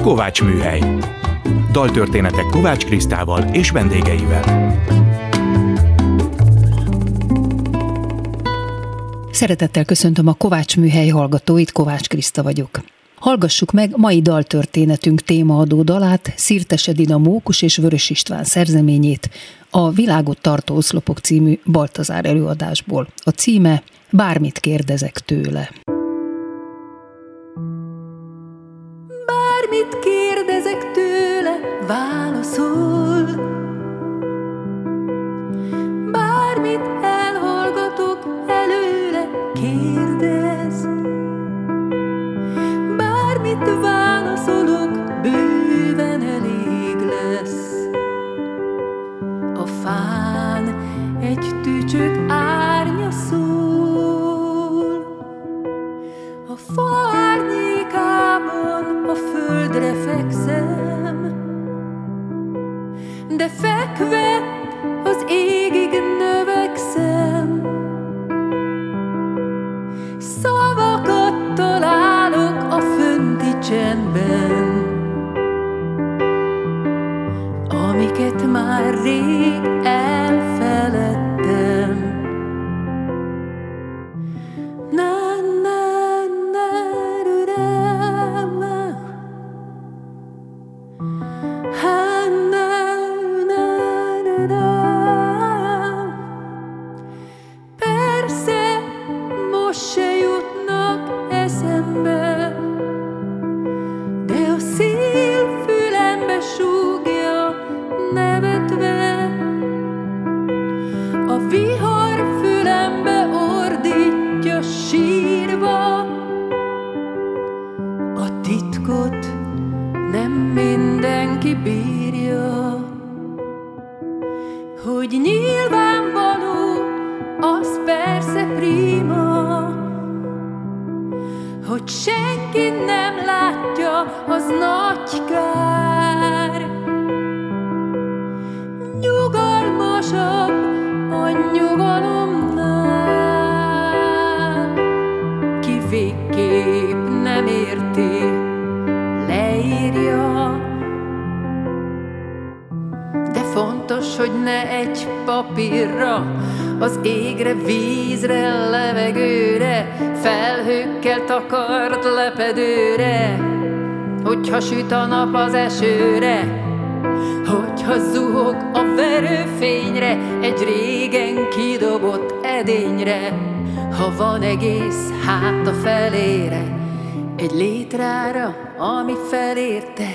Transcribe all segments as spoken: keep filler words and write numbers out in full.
Kovács Műhely. Daltörténetek Kovács Krisztával és vendégeivel. Szeretettel köszöntöm a Kovács Műhely hallgatóit, Kovács Kriszta vagyok. Hallgassuk meg mai daltörténetünk témaadó dalát, Szirtes Edina Mókus és Vörös István szerzeményét, a Világot tartó oszlopok című Baltazár előadásból. A címe Bármit kérdezek tőle. Bármit kérdezek tőle, válaszol. Bármit elhallgatok előle, kérdez. Bármit válaszolok, bőven elég lesz. A fán egy tücsök árnya szól. A fa árnyékában a földre fekszem, de fekve az égig növekszem. Szavakat találok a fönti csendben, amiket már rég elfeledtem. Na, na, na, na, na. Ha, na, na, na, na. Persze, most se jutnak eszembe, de a szél fülembe súgja nevetve, a vihar fülembe ordítja sírva. A titkot nem mindenki bírja, hogy nyilvánvaló, az persze prima, hogy senki nem látja, az nagy kár. Nyugalmasabb a nyugalomnál, ki végképp nem érti, leírja. De fontos, hogy ne egy papírra, az égre, vízre, levegőre, felhőkkel takart lepedőre, hogyha süt a nap az esőre, hogyha zuhog a verőfényre, egy régen kidobott edényre, ha van egész, hát a felére, egy létrára, ami felérte.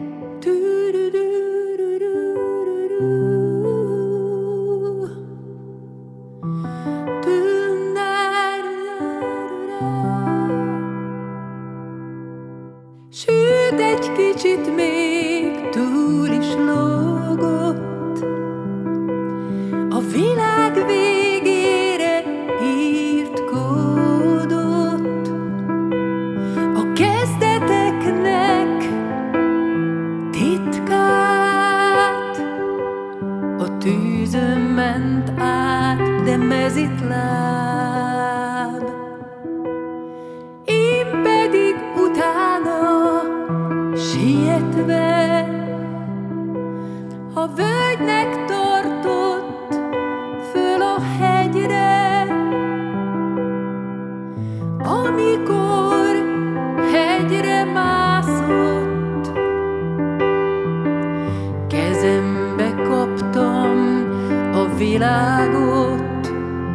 Sőt, egy kicsit még túl is lógott, a világ végére írt kódot. A kezdeteknek titkát a tűzön ment át, de mezitláb. Én pedig utána sietve a völgynek tartott föl a hegyre, amikor hegyre mászott, kezembe kaptam a világot.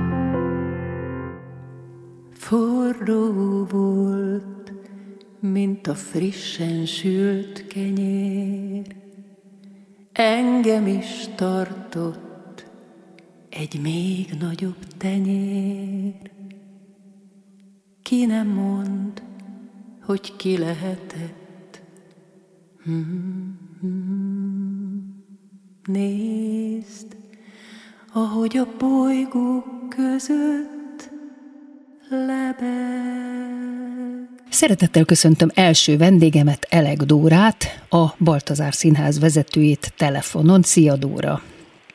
Forró volt, mint a frissen sült kenyér, engem is tartott egy még nagyobb tenyér. Ki nem mond, hogy ki lehetett. Nézd, ahogy a bolygók között lebeg. Szeretettel köszöntöm első vendégemet, Elek Dórát, a Baltazár Színház vezetőjét telefonon. Szia, Dóra!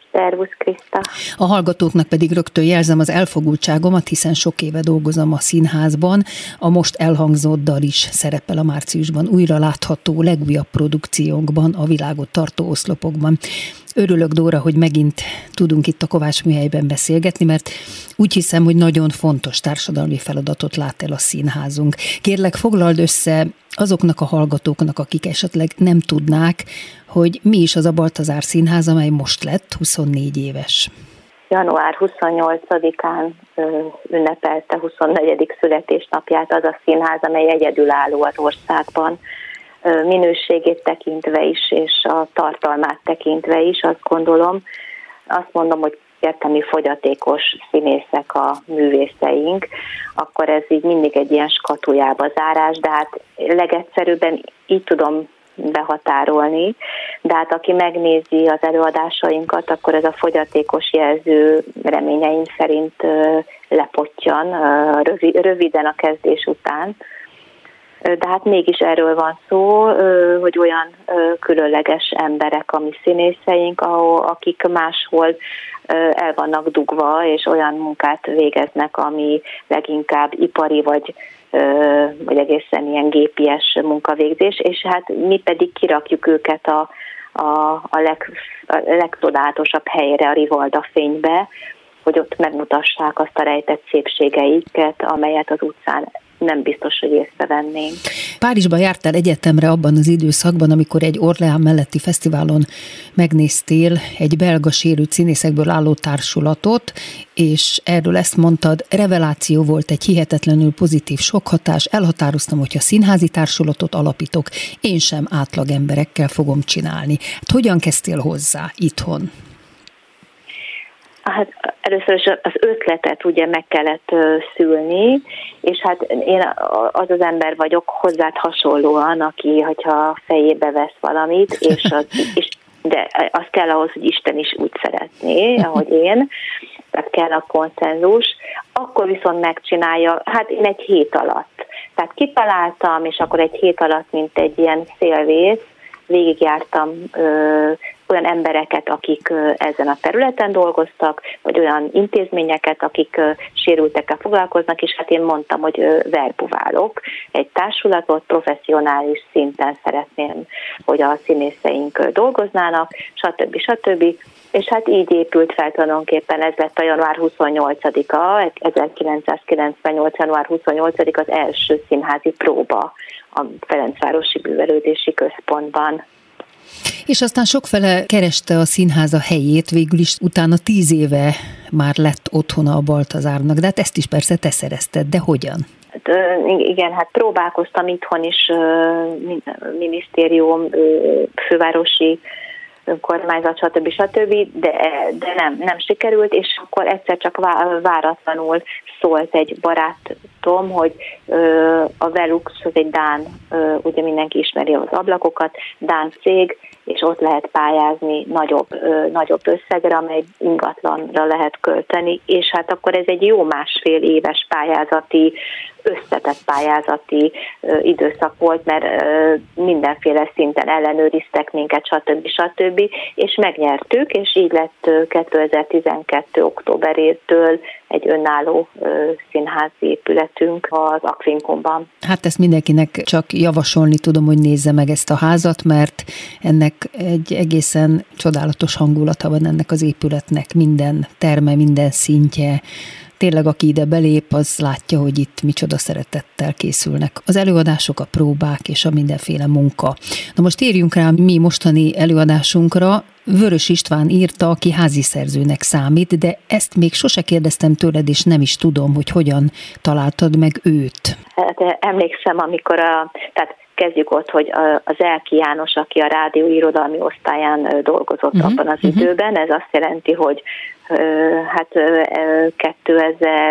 Szervusz, Kriszta. A hallgatóknak pedig rögtön jelzem az elfogultságomat, hiszen sok éve dolgozom a színházban. A most elhangzott dal is szerepel a márciusban újra látható legújabb produkciónkban, a világot tartó oszlopokban. Örülök, Dóra, hogy megint tudunk itt a Kovács Műhelyben beszélgetni, mert úgy hiszem, hogy nagyon fontos társadalmi feladatot lát el a színházunk. Kérlek, foglald össze azoknak a hallgatóknak, akik esetleg nem tudnák, hogy mi is az a Baltazár Színház, amely most lett huszonnégy éves. január huszonnyolcadikán ünnepelte huszonnegyedik születésnapját az a színház, amely egyedülálló az országban, minőségét tekintve is, és a tartalmát tekintve is, azt gondolom. Azt mondom, hogy értelmi fogyatékos színészek a művészeink, akkor ez így mindig egy ilyen skatujába zárás, de hát legegyszerűbben így tudom behatárolni, de hát aki megnézi az előadásainkat, akkor ez a fogyatékos jelző reményeim szerint lepottyan röviden a kezdés után. De hát mégis erről van szó, hogy olyan különleges emberek a mi színészeink, akik máshol el vannak dugva, és olyan munkát végeznek, ami leginkább ipari, vagy, vagy egészen ilyen gépies munkavégzés, és hát mi pedig kirakjuk őket a, a, a, leg, a legcsodálatosabb helyre, a Rivalda fénybe, hogy ott megmutassák azt a rejtett szépségeiket, amelyet az utcán nem biztos, hogy észrevennénk. Párizsban jártál egyetemre abban az időszakban, amikor egy Orleán melletti fesztiválon megnéztél egy belga sérült színészekből álló társulatot, és erről ezt mondtad, reveláció volt, egy hihetetlenül pozitív sokhatás, elhatároztam, hogyha színházi társulatot alapítok, én sem átlag emberekkel fogom csinálni. Hát hogyan kezdtél hozzá itthon? Hát először is az ötletet ugye meg kellett szülni, és hát én az az ember vagyok hozzád hasonlóan, aki, hogyha fejébe vesz valamit, és, az, és de az kell ahhoz, hogy Isten is úgy szeretné, ahogy én, tehát kell a konszenzus, akkor viszont megcsinálja, hát én egy hét alatt. Tehát kitaláltam, és akkor egy hét alatt, mint egy ilyen szélvész, végigjártam ö, olyan embereket, akik ö, ezen a területen dolgoztak, vagy olyan intézményeket, akik ö, sérültekkel foglalkoznak, és hát én mondtam, hogy ö, verbuválok egy társulatot, professzionális szinten szeretném, hogy a színészeink ö, dolgoznának, stb. stb. És hát így épült fel tulajdonképpen, ez lett a január huszonnyolcadika, ezerkilencszázkilencvennyolc. január huszonnyolcadika az első színházi próba a Ferencvárosi Művelődési Központban. És aztán sokfele kereste a színház a helyét, végül is utána tíz éve már lett otthona a Baltazárnak, de hát ezt is persze te szerezted, de hogyan? Hát, igen, hát próbálkoztam itthon is, minisztérium, fővárosi önkormányzat, stb. stb., de, de nem, nem sikerült, és akkor egyszer csak váratlanul szólt egy barátom, hogy a Velux, az egy dán, ugye mindenki ismeri az ablakokat, dán cég, és ott lehet pályázni nagyobb, nagyobb összegre, amely ingatlanra lehet költeni, és hát akkor ez egy jó másfél éves pályázati, összetett pályázati időszak volt, mert mindenféle szinten ellenőriztek minket, stb. stb. És megnyertük, és így lett kétezer-tizenkettő októberétől egy önálló színházi épületünk az Aquincumban. Hát ezt mindenkinek csak javasolni tudom, hogy nézze meg ezt a házat, mert ennek egy egészen csodálatos hangulata van ennek az épületnek, minden terme, minden szintje. Tényleg, aki ide belép, az látja, hogy itt micsoda szeretettel készülnek az előadások, a próbák és a mindenféle munka. Na most térjünk rá mi mostani előadásunkra. Vörös István írta, aki házi szerzőnek számít, de ezt még sose kérdeztem tőled, és nem is tudom, hogy hogyan találtad meg őt. Hát emlékszem, amikor a... Tehát kezdjük ott, hogy az Elki János, aki a rádió irodalmi osztályán dolgozott uh-huh, abban az uh-huh. időben, ez azt jelenti, hogy hát kétezer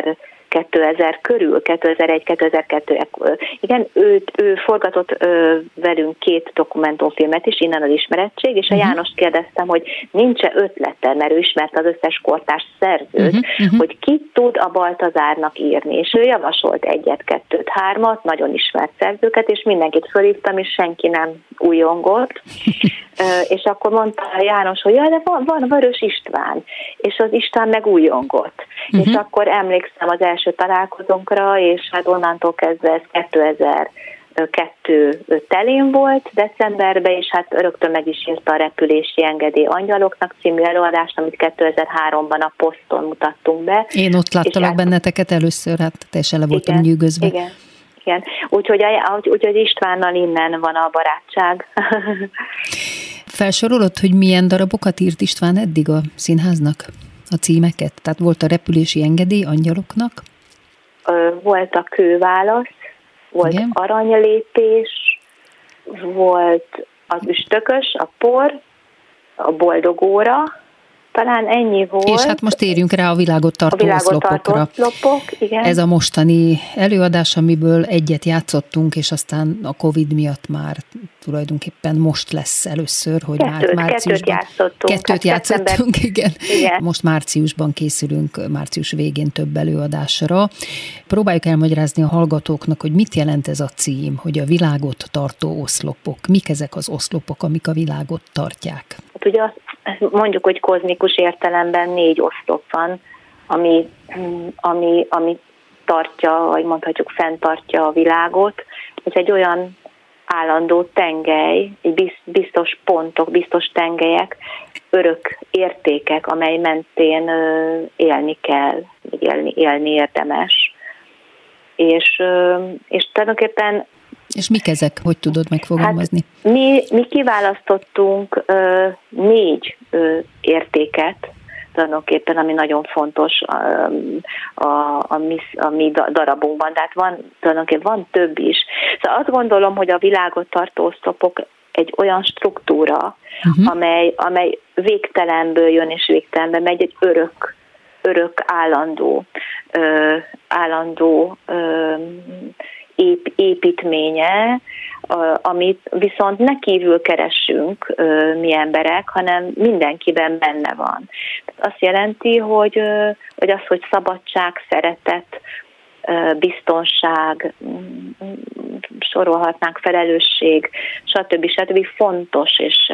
kétezer körül, kétezer-egy kétezer-kettő, igen, ő, ő forgatott ö, velünk két dokumentumfilmet is, innen az ismerettség, és a uh-huh. Jánost kérdeztem, hogy nincs-e ötlete, mert ő ismert az összes kortárs szerzőt, uh-huh. Uh-huh. hogy ki tud a Baltazárnak írni, és ő javasolt egyet, kettőt, hármat, nagyon ismert szerzőket, és mindenkit fölhívtam, és senki nem újongott, és akkor mondta János, hogy jaj, de van, van Vörös István, és az István meg újongott. Uh-huh. És akkor emlékszem az első találkozónkra, és hát onnantól kezdve ez kétezer-kettő telén volt decemberben, és hát rögtön meg is írta a Repülési engedély angyaloknak című előadást, amit kétezer-háromban a Poszton mutattunk be. Én ott láttalak benneteket először, hát teljesen le voltam igen, nyűgözve. Igen. Igen. Úgyhogy, úgyhogy Istvánnal innen van a barátság. Felsorolod, hogy milyen darabokat írt István eddig a színháznak? A címeket? Tehát volt a Repülési engedély angyaloknak? Volt a Kőválasz, volt igen. Aranylépés, volt az Üstökös, a Por, a Boldog óra, talán ennyi volt. És hát most térjünk rá a világot tartó, a világot oszlopokra. Tartó oszlopok, igen. Ez a mostani előadás, amiből egyet játszottunk, és aztán a Covid miatt már tulajdonképpen most lesz először, hogy kettőt, már márciusban. Kettőt játszottunk. Kettőt játszottunk, igen. igen. Most márciusban készülünk, március végén több előadásra. Próbáljuk elmagyarázni a hallgatóknak, hogy mit jelent ez a cím, hogy a világot tartó oszlopok. Mik ezek az oszlopok, amik a világot tartják? Hát ugye azt mondjuk, hogy kozmikus értelemben négy oszlop van, ami, ami, ami tartja, vagy mondhatjuk fenntartja a világot. Ez egy olyan állandó tengely, biztos pontok, biztos tengelyek, örök értékek, amely mentén élni kell, vagy élni, élni érdemes. És, és tulajdonképpen És mik ezek? Hogy tudod megfogalmazni? Hát mi, mi kiválasztottunk ö, négy ö, értéket, tulajdonképpen, ami nagyon fontos a, a, a, mi, a mi darabunkban, tehát van, tulajdonképpen van több is. Szóval azt gondolom, hogy a világot tartó oszlopok egy olyan struktúra, uh-huh. amely, amely végtelenből jön és végtelenbe megy, egy örök, örök állandó, ö, állandó ö, ép, építménye, amit viszont ne kívül keressünk mi emberek, hanem mindenkiben benne van. Ez azt jelenti, hogy, hogy az, hogy szabadság, szeretet, biztonság, sorolhatnánk, felelősség, stb. stb. Fontos, és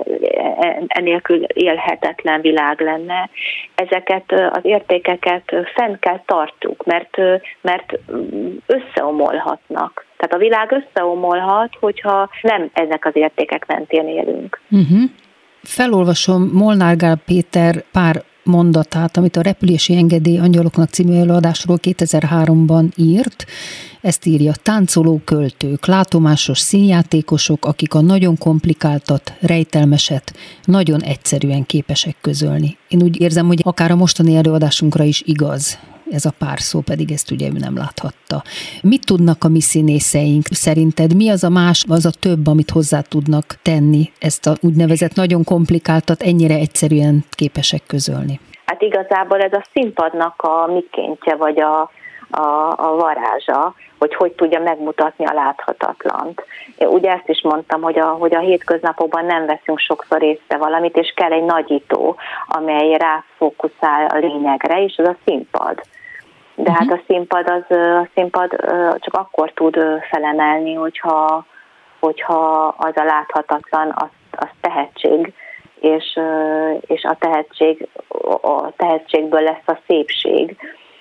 enélkül élhetetlen világ lenne. Ezeket az értékeket fenn kell tartjuk, mert, mert összeomolhatnak. Tehát a világ összeomolhat, hogyha nem ezek az értékek mentén élünk. Uh-huh. Felolvasom Molnár Gál Péter pár mondatát, amit a Repülési engedély angyaloknak című előadásról kétezer-háromban írt. Ezt írja: táncoló költők, látomásos színjátékosok, akik a nagyon komplikáltat, rejtelmeset nagyon egyszerűen képesek közölni. Én úgy érzem, hogy akár a mostani előadásunkra is igaz ez a pár szó, pedig ezt ugye ő nem láthatta. Mit tudnak a mi színészeink szerinted? Mi az a más, az a több, amit hozzá tudnak tenni, ezt a úgynevezett nagyon komplikáltat ennyire egyszerűen képesek közölni? Hát igazából ez a színpadnak a mikéntje, vagy a, a, a varázsa, hogy hogy tudja megmutatni a láthatatlant. Én ugye ezt is mondtam, hogy a, hogy a hétköznapokban nem veszünk sokszor észre valamit, és kell egy nagyító, amely ráfókuszál a lényegre, és az a színpad. De uh-huh. hát a színpad, az, a színpad csak akkor tud felemelni, hogyha, hogyha az a láthatatlan, az, az tehetség, és, és a, tehetség, a tehetségből lesz a szépség.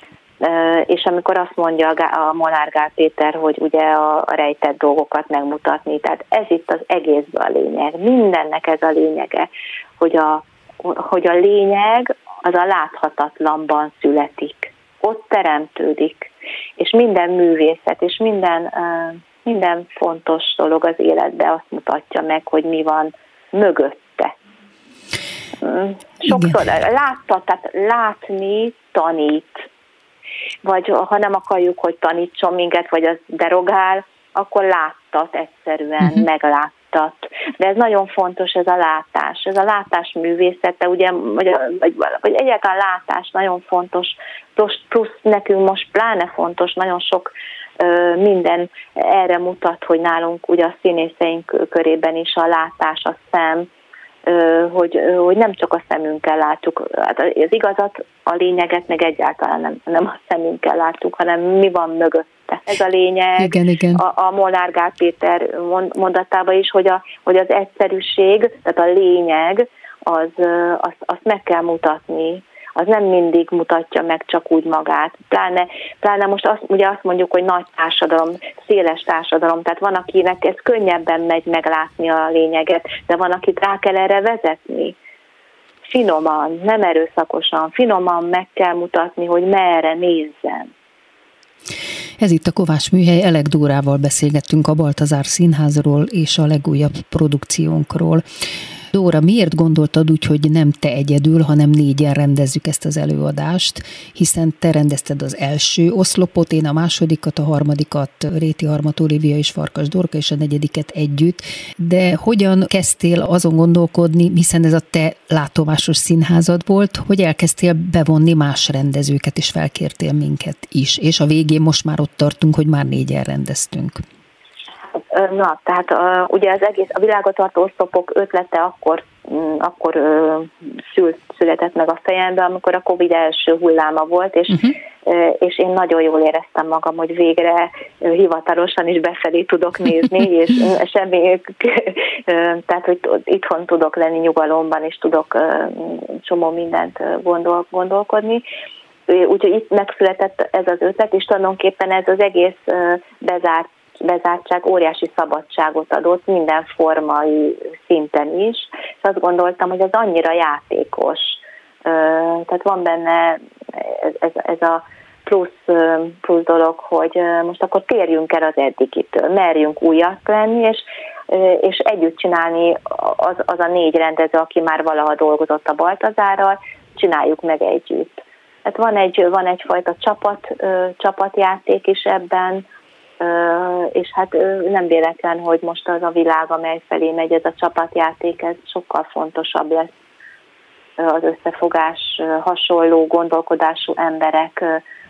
És amikor azt mondja a Molnár Gál Péter, hogy ugye a rejtett dolgokat megmutatni, tehát ez itt az egészben a lényeg, mindennek ez a lényege, hogy a, hogy a lényeg az a láthatatlanban születik, ott teremtődik, és minden művészet, és minden, minden fontos dolog az életben azt mutatja meg, hogy mi van mögötte. Sokszor látta, tehát látni tanít, vagy ha nem akarjuk, hogy tanítson minket, vagy az derogál, akkor láttat egyszerűen, uh-huh. meglát, mutat. De ez nagyon fontos, ez a látás, ez a látás művészete, ugye, vagy, vagy, vagy egyáltalán látás nagyon fontos, plusz, plusz nekünk most pláne fontos, nagyon sok ö, minden erre mutat, hogy nálunk ugye a színészeink körében is a látás, a szem, Hogy, hogy nem csak a szemünkkel látjuk, hát az igazat, a lényeget meg egyáltalán nem, nem a szemünkkel látjuk, hanem mi van mögötte. Ez a lényeg, igen, igen. A, a Molnár Gál Péter mondatában is, hogy, a, hogy az egyszerűség, tehát a lényeg, az, azt, azt meg kell mutatni, az nem mindig mutatja meg csak úgy magát. Pláne, pláne most azt, ugye azt mondjuk, hogy nagy társadalom, széles társadalom, tehát van, akinek ez könnyebben megy meglátni a lényeget, de van, akit rá kell erre vezetni. Finoman, nem erőszakosan, finoman meg kell mutatni, hogy merre nézzen. Ez itt a Kovács Műhely, Elek Dórával beszélgettünk a Baltazár Színházról és a legújabb produkciónkról. Dóra, miért gondoltad úgy, hogy nem te egyedül, hanem négyen rendezzük ezt az előadást, hiszen te rendezted az első oszlopot, én a másodikat, a harmadikat Réti Harmat Olivia és Farkas Dorka, és a negyediket együtt, de hogyan kezdtél azon gondolkodni, hiszen ez a te látomásos színházad volt, hogy elkezdtél bevonni más rendezőket, és felkértél minket is, és a végén most már ott tartunk, hogy már négyen rendeztünk. Na, tehát uh, ugye az egész, a világot tartó oszlopok ötlete akkor, um, akkor uh, szült, született meg a fejembe, amikor a Covid első hulláma volt, és, uh-huh. uh, és én nagyon jól éreztem magam, hogy végre uh, hivatalosan is befelé tudok nézni, és uh, semmi, uh, tehát hogy itthon tudok lenni nyugalomban, és tudok uh, csomó mindent uh, gondol, gondolkodni. Úgyhogy itt megszületett ez az ötlet, és tulajdonképpen ez az egész uh, bezárt bezártság óriási szabadságot adott minden formai szinten is, és azt gondoltam, hogy ez annyira játékos. Tehát van benne ez, ez a plusz, plusz dolog, hogy most akkor térjünk el az eddigitől, merjünk újat lenni, és, és együtt csinálni az, az a négy rendező, aki már valaha dolgozott a Baltazárral, csináljuk meg együtt. Tehát van, egy, van egyfajta csapat, csapatjáték is ebben, és hát nem véletlen, hogy most az a világ, amely felé megy ez a csapatjáték, ez sokkal fontosabb lesz. Az összefogás, hasonló gondolkodású emberek,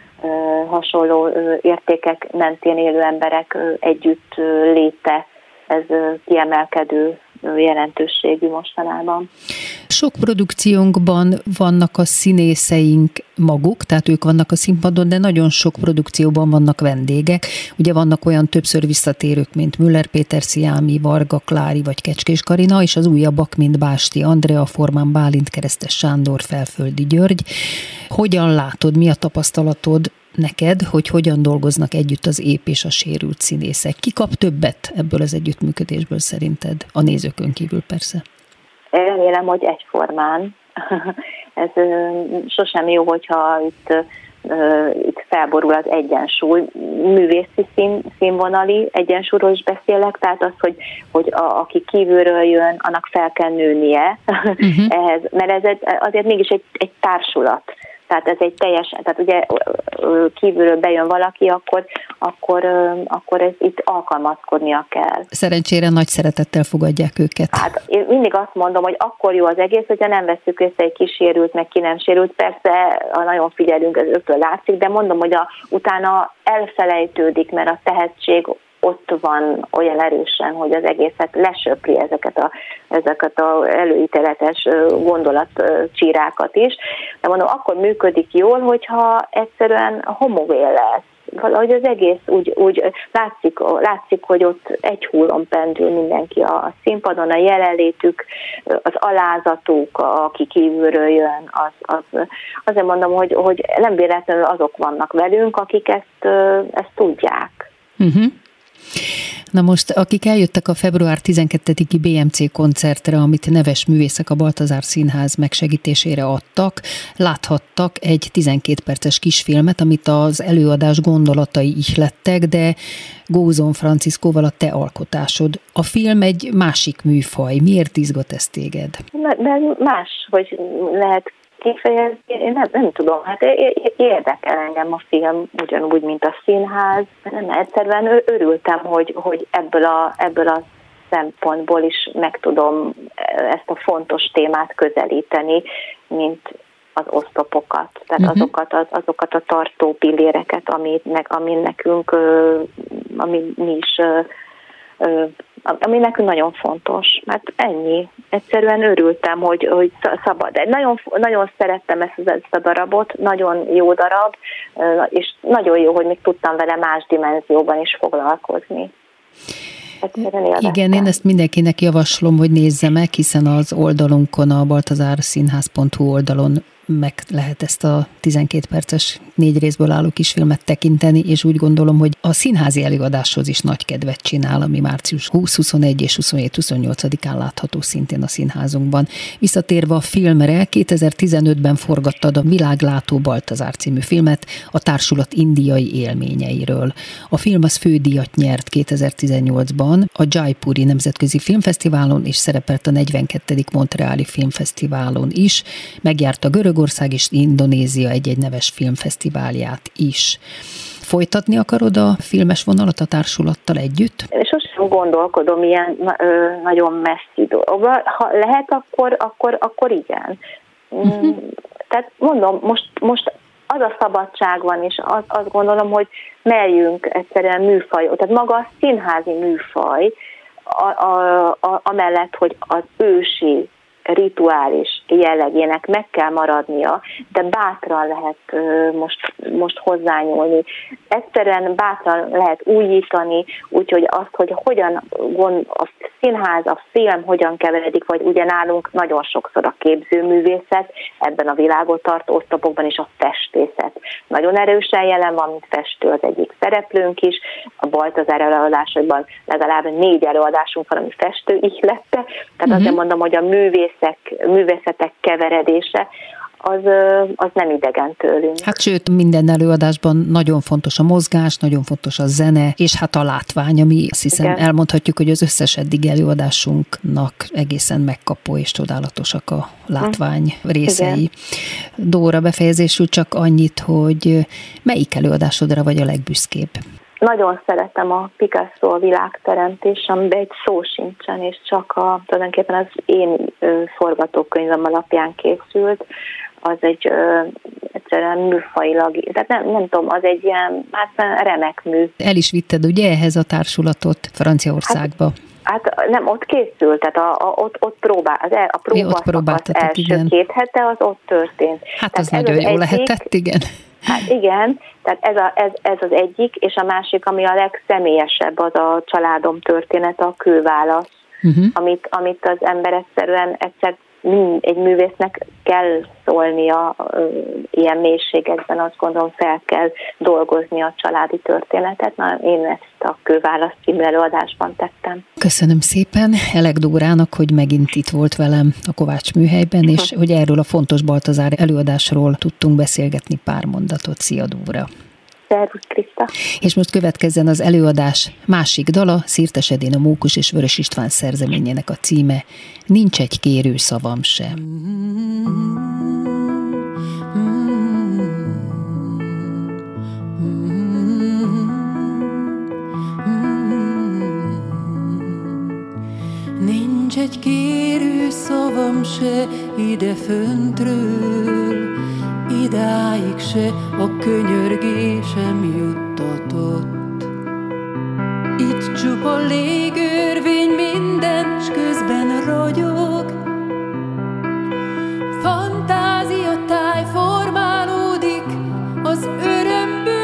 hasonló értékek mentén élő emberek együtt léte, ez kiemelkedő jelentőségű mostanában. Sok produkciónkban vannak a színészeink maguk, tehát ők vannak a színpadon, de nagyon sok produkcióban vannak vendégek. Ugye vannak olyan többször visszatérők, mint Müller Péter Sziámi, Varga Klári vagy Kecskés Karina, és az újabbak, mint Básti Andrea, Formán Bálint, Keresztes Sándor, Felföldi György. Hogyan látod, mi a tapasztalatod neked, hogy hogyan dolgoznak együtt az ép és a sérült színészek? Ki kap többet ebből az együttműködésből szerinted? A nézőkön kívül persze. Remélem, hogy egyformán. Ez sosem jó, hogyha itt, itt felborul az egyensúly. Művészi szín, színvonali egyensúlyról is beszélek, tehát az, hogy, hogy a, aki kívülről jön, annak fel kell nőnie uh-huh. ehhez, mert ez egy, azért mégis egy, egy társulat. Tehát ez egy teljes, tehát ugye kívülről bejön valaki, akkor, akkor, akkor ez itt alkalmazkodnia kell. Szerencsére nagy szeretettel fogadják őket. Hát én mindig azt mondom, hogy akkor jó az egész, hogyha nem veszük össze egy ki sérült, meg ki nem sérült. Persze, ha nagyon figyelünk, ez ötől látszik, de mondom, hogy a, utána elfelejtődik, mert a tehetség ott van olyan erősen, hogy az egészet lesöpri ezeket a, ezeket a előítéletes gondolatcsírákat is. De mondom, akkor működik jól, hogyha egyszerűen homogén lesz. Valahogy az egész úgy, úgy látszik, látszik, hogy ott egy hullon pendül mindenki a színpadon, a jelenlétük, az alázatuk, aki kívülről jön, az, az, azért mondom, hogy, hogy nem véletlenül azok vannak velünk, akik ezt, ezt tudják. Uh-huh. Na most, akik eljöttek a február tizenkettediki bé em cé koncertre, amit neves művészek a Baltazár Színház megsegítésére adtak, láthattak egy tizenkét perces kisfilmet, amit az előadás gondolatai ihlettek, de Gózon Franciszkóval a te alkotásod. A film egy másik műfaj. Miért izgat ez téged? Mert más, hogy lehet kifejezni, én nem, nem tudom, hát érdekel engem a film ugyanúgy, mint a színház. Nem, egyszerűen örültem, hogy, hogy ebből, a, ebből az szempontból is meg tudom ezt a fontos témát közelíteni, mint az oszlopokat, tehát uh-huh. azokat, az, azokat a tartó pilléreket, amit, ami nekünk, ami mi is, ami nekünk nagyon fontos. Hát ennyi. Egyszerűen örültem, hogy, hogy szabad. Nagyon, nagyon szerettem ezt, ezt a darabot, nagyon jó darab, és nagyon jó, hogy még tudtam vele más dimenzióban is foglalkozni. Igen, én ezt mindenkinek javaslom, hogy nézze meg, hiszen az oldalunkon, a baltazárszínház pont hu oldalon meg lehet ezt a tizenkét perces, négy részből álló kisfilmet tekinteni, és úgy gondolom, hogy a színházi előadáshoz is nagy kedvet csinál, ami március huszadik, huszonegy és huszonhét huszonnyolcadikán látható szintén a színházunkban. Visszatérve a filmre, kétezer-tizenötben forgattad a Világlátó Baltazár című filmet a társulat indiai élményeiről. A film az fődíjat nyert kétezer-tizennyolcban a Jaipuri Nemzetközi Filmfesztiválon, és szerepelt a negyvenkettedik Montreali Filmfesztiválon is, megjárta Görögország és Indonézia egy-egy neves filmfesztiválját is. Folytatni akarod a filmes vonalat a társulattal együtt? Sosem gondolkodom ilyen ö, nagyon messzi dolgokba. Ha lehet, akkor, akkor, akkor igen. Uh-huh. Tehát mondom, most, most az a szabadság van, és az, azt gondolom, hogy merjünk egyszerűen műfajot. Tehát maga a színházi műfaj, a, a, a, amellett, hogy az ősi rituális jellegének meg kell maradnia, de bátran lehet most, most hozzányúlni. Egyszerűen bátran lehet újítani, úgyhogy azt, hogy hogyan gond, a színház, a film hogyan keveredik, vagy ugye nálunk nagyon sokszor a képzőművészet, ebben a világot tartó oszlopokban is a festészet. Nagyon erősen jelen van, mint festő az egyik szereplőnk is, a Baltazár előadásokban legalább négy előadásunk van, ami festő ihlette, tehát uh-huh. azért mondom, hogy a művész művészetek keveredése, az, az nem idegen tőlünk. Hát sőt, minden előadásban nagyon fontos a mozgás, nagyon fontos a zene, és hát a látvány, ami azt hiszem igen. elmondhatjuk, hogy az összes eddig előadásunknak egészen megkapó és csodálatosak a látvány hm. részei. Igen. Dóra, befejezésül csak annyit, hogy melyik előadásodra vagy a legbüszkébb? Nagyon szeretem a Picasso a világteremtés, amiben egy szó sincsen, és csak a, tulajdonképpen az én ö, forgatókönyvem alapján készült. Az egy ö, egyszerűen műfajilag, tehát nem, nem tudom, az egy ilyen, hát remek mű. El is vitted ugye ehhez a társulatot Franciaországba? Hát, hát nem, ott készült, tehát a, a, ott, ott próbál, az el, a próba az első igen. két hete az ott történt. Hát tehát az nagyon jó egyik, lehetett, igen. Hát igen, tehát ez, a, ez, ez az egyik, és a másik, ami a legszemélyesebb, az a családom története, a Kőválasz, uh-huh. amit, amit az ember egyszerűen egyszer egy művésznek kell szólnia ilyen mélységekben, azt gondolom fel kell dolgozni a családi történetet. Na, én ezt a Kőválasz című előadásban tettem. Köszönöm szépen Elek Dórának, hogy megint itt volt velem a Kovács Műhelyben, és uh-huh. hogy erről a fontos Baltazár előadásról tudtunk beszélgetni pár mondatot. Szia, Dóra! Szervusz, Kriszta! És most következzen az előadás másik dala, Szirtes Edina Mókus és Vörös István szerzeményének a címe Nincs egy kérő szavam sem. Nincs egy kérő szavam se ide föntről, idáig se a könyörgésem juttatott. Itt csupa légörvény minden, s közben ragyog. Fantázia táj formálódik az örömből.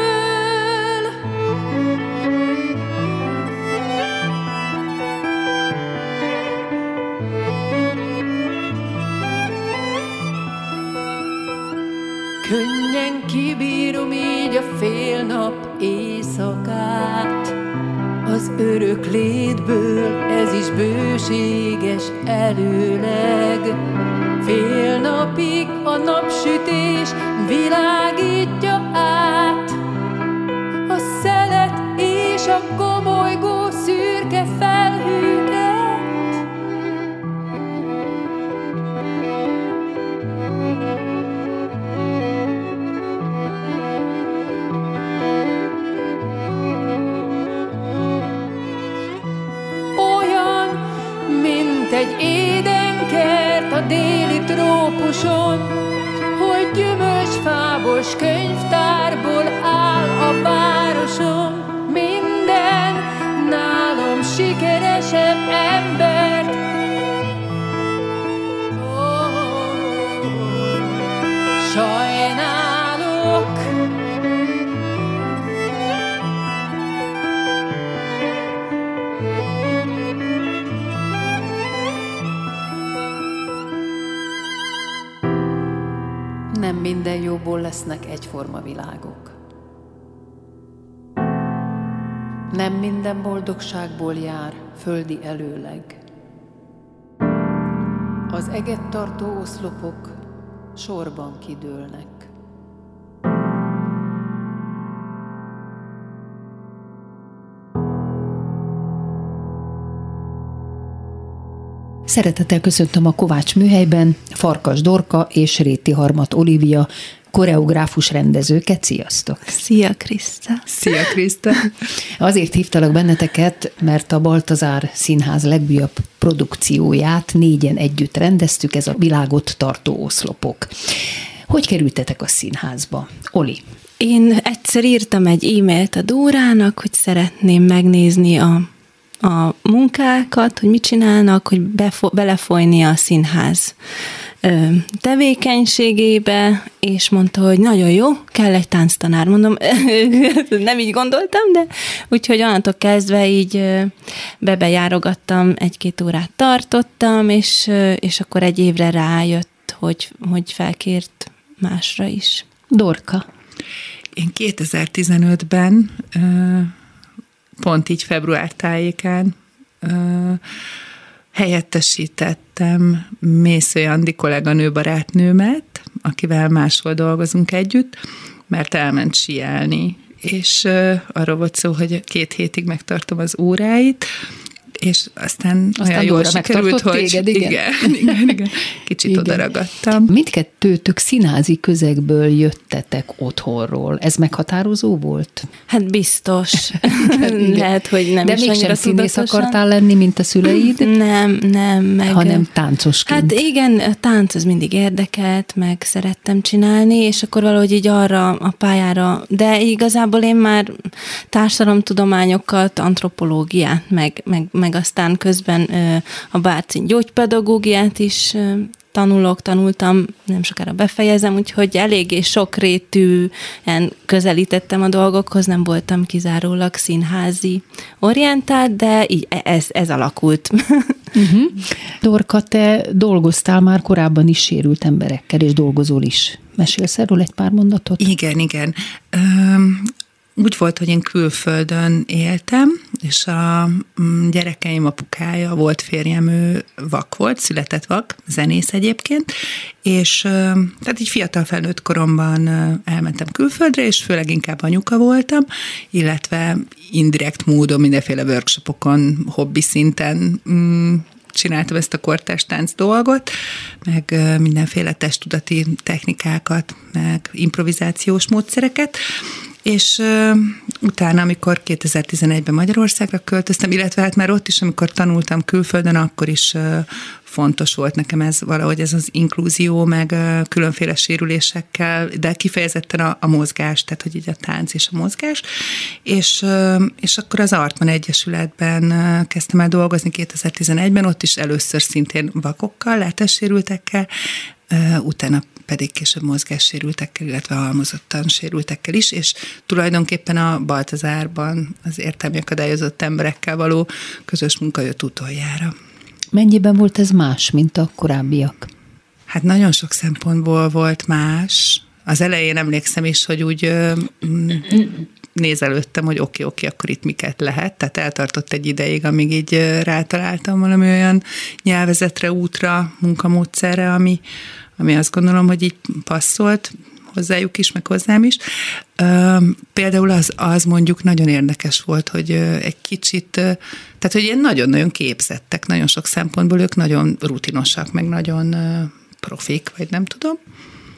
Könnyen kibírom így a fél nap éjszakát. Az örök létből ez is bőséges előleg. Fél napig a napsütés világítja át a szelet és a gomolygó szürke felhőket. Olyan egy édenkert a déli trópuson, hogy gyümölcsfából s könyvtárból áll a városom. Minden nálam sikeresebb embert oh, sajnálok. Nem minden jóból lesznek egyforma világok. Nem minden boldogságból jár földi előleg. Az eget tartó oszlopok sorban kidőlnek. Szeretettel köszöntöm a Kovács műhelyben Farkas Dorka és Réti Harmat Olivia, koreográfus rendezőket. Sziasztok! Szia, Kriszta! Szia, Kriszta! Azért hívtalak benneteket, mert a Baltazár Színház legújabb produkcióját négyen együtt rendeztük, ez a világot tartó oszlopok. Hogy kerültetek a színházba? Oli? Én egyszer írtam egy e-mailt a Dórának, hogy szeretném megnézni a a munkákat, hogy mit csinálnak, hogy befo- belefolyni a színház ö, tevékenységébe, és mondta, hogy nagyon jó, kell egy tánctanár. Mondom, nem így gondoltam, de úgyhogy onnantól kezdve így bebejárogattam, egy-két órát tartottam, és, és akkor egy évre rájött, hogy, hogy felkért másra is. Dorka? Én kétezer-tizenötben pont így február tájékán uh, helyettesítettem Mészői Andi kolléganő barátnőmet, akivel máshol dolgozunk együtt, mert elment síelni, és uh, arról volt szó, hogy két hétig megtartom az óráit, és aztán, aztán olyan jól sikerült, hogy téged, igen. Igen, igen, igen, kicsit igen. Odaragadtam. Mindkettőtök színházi közegből jöttetek otthonról. Ez meghatározó volt? Hát biztos. Lehet, hogy nem de is mégsem színész tudatosan. Akartál lenni, mint a szüleid? Nem, nem. Meg, hanem táncosként. Hát igen, a tánc az mindig érdekelt, meg szerettem csinálni, és akkor valahogy így arra a pályára, de igazából én már társadalomtudományokat, antropológiát, meg, meg, meg aztán közben a Bárcin gyógypedagógiát is tanulok, tanultam, nem sokára befejezem, úgyhogy eléggé sokrétűen közelítettem a dolgokhoz, nem voltam kizárólag színházi orientált, de így ez, ez alakult. Uh-huh. Dorka, te dolgoztál már korábban is sérült emberekkel, és dolgozol is. Mesélsz erről egy pár mondatot? Igen, igen. Um, Úgy volt, hogy én külföldön éltem, és a gyerekeim apukája volt férjem, ő vak volt, született vak, zenész egyébként, és tehát így fiatal felnőtt koromban elmentem külföldre, és főleg inkább anyuka voltam, illetve indirekt módon mindenféle workshopokon, hobbi szinten csináltam ezt a kortárs tánc dolgot, meg mindenféle testtudati technikákat, meg improvizációs módszereket, és uh, utána, amikor kétezer-tizenegyben Magyarországra költöztem, illetve hát már ott is, amikor tanultam külföldön, akkor is uh, fontos volt nekem ez valahogy ez az inklúzió, meg uh, különféle sérülésekkel, de kifejezetten a, a mozgás, tehát hogy így a tánc és a mozgás, és, uh, és akkor az Artman Egyesületben uh, kezdtem el dolgozni kétezer-tizenegyben, ott is először szintén vakokkal, látássérültekkel, uh, utána pedig később mozgássérültekkel, illetve halmozottan sérültekkel is, és tulajdonképpen a Baltazárban az értelmi akadályozott emberekkel való közös munka jött utoljára. Mennyiben volt ez más, mint a korábbiak? Hát nagyon sok szempontból volt más. Az elején emlékszem is, hogy úgy nézelődtem, hogy oké, okay, oké, okay, akkor itt miket lehet. Tehát eltartott egy ideig, amíg így rátaláltam valami olyan nyelvezetre, útra, munkamódszerre, ami ami azt gondolom, hogy így passzolt hozzájuk is, meg hozzám is. Például az, az mondjuk nagyon érdekes volt, hogy egy kicsit, tehát hogy ilyen nagyon-nagyon képzettek, nagyon sok szempontból ők nagyon rutinosak, meg nagyon profik, vagy nem tudom.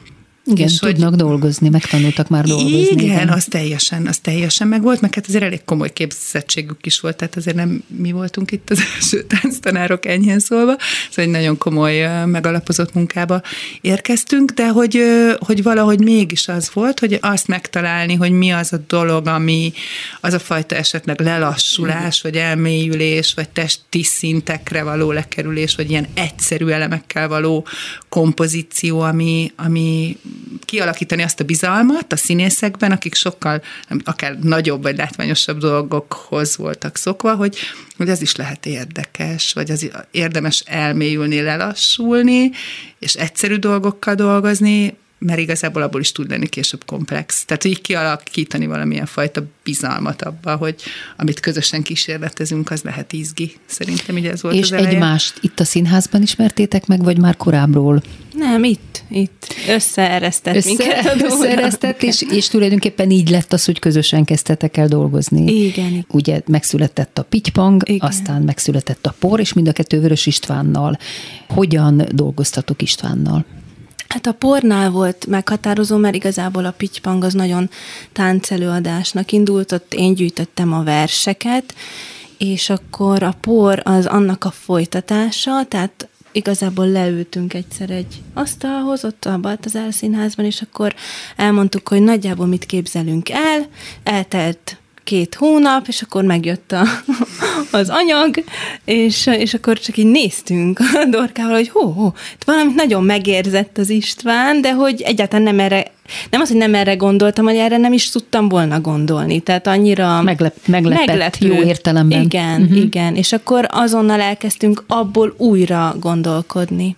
Igen, és tudnak hogy, dolgozni, megtanultak már dolgozni. Igen, igen, az teljesen, az teljesen megvolt, meg hát azért elég komoly képzettségük is volt, tehát azért nem mi voltunk itt az első tánctanárok, enyhén szólva, szóval egy nagyon komoly, megalapozott munkába érkeztünk, de hogy, hogy valahogy mégis az volt, hogy azt megtalálni, hogy mi az a dolog, ami az a fajta esetleg lelassulás, vagy elmélyülés, vagy testi szintekre való lekerülés, vagy ilyen egyszerű elemekkel való kompozíció, ami, ami kialakítani azt a bizalmat a színészekben, akik sokkal, akár nagyobb vagy látványosabb dolgokhoz voltak szokva, hogy, hogy ez is lehet érdekes, vagy az érdemes elmélyülni, lelassulni, és egyszerű dolgokkal dolgozni, mert igazából abból is tud lenni később komplex. Tehát így kialakítani valamilyen fajta bizalmat abba, hogy amit közösen kísérletezünk, az lehet izgi. Szerintem így ez volt és az eleje. És egymást itt a színházban ismertétek meg, vagy már korábbról? Nem, itt, itt. Összeeresztett Össze, minket. Összeeresztett, és, és tulajdonképpen így lett az, hogy közösen kezdtetek el dolgozni. Igen. Ugye megszületett a Pitypang, igen. Aztán megszületett a Por, és mind a kettő Vörös Istvánnal. Hogyan dolgoztatok Istvánnal? Hát a Pornál volt meghatározó, mert igazából a Pitypang az nagyon táncelőadásnak indult, ott én gyűjtöttem a verseket, és akkor a Por az annak a folytatása, tehát igazából leültünk egyszer egy asztalhoz, ott a Baltazár Színházban, és akkor elmondtuk, hogy nagyjából mit képzelünk el, eltelt két hónap, és akkor megjött a, az anyag, és, és akkor csak így néztünk a Dorkával, hogy hó, hó, valamit nagyon megérzett az István, de hogy egyáltalán nem erre, nem az, hogy nem erre gondoltam, hogy erre nem is tudtam volna gondolni, tehát annyira Meglep, meglepett, meglepő. Jó értelemben. Igen, uh-huh. igen, és akkor azonnal elkezdtünk abból újra gondolkodni.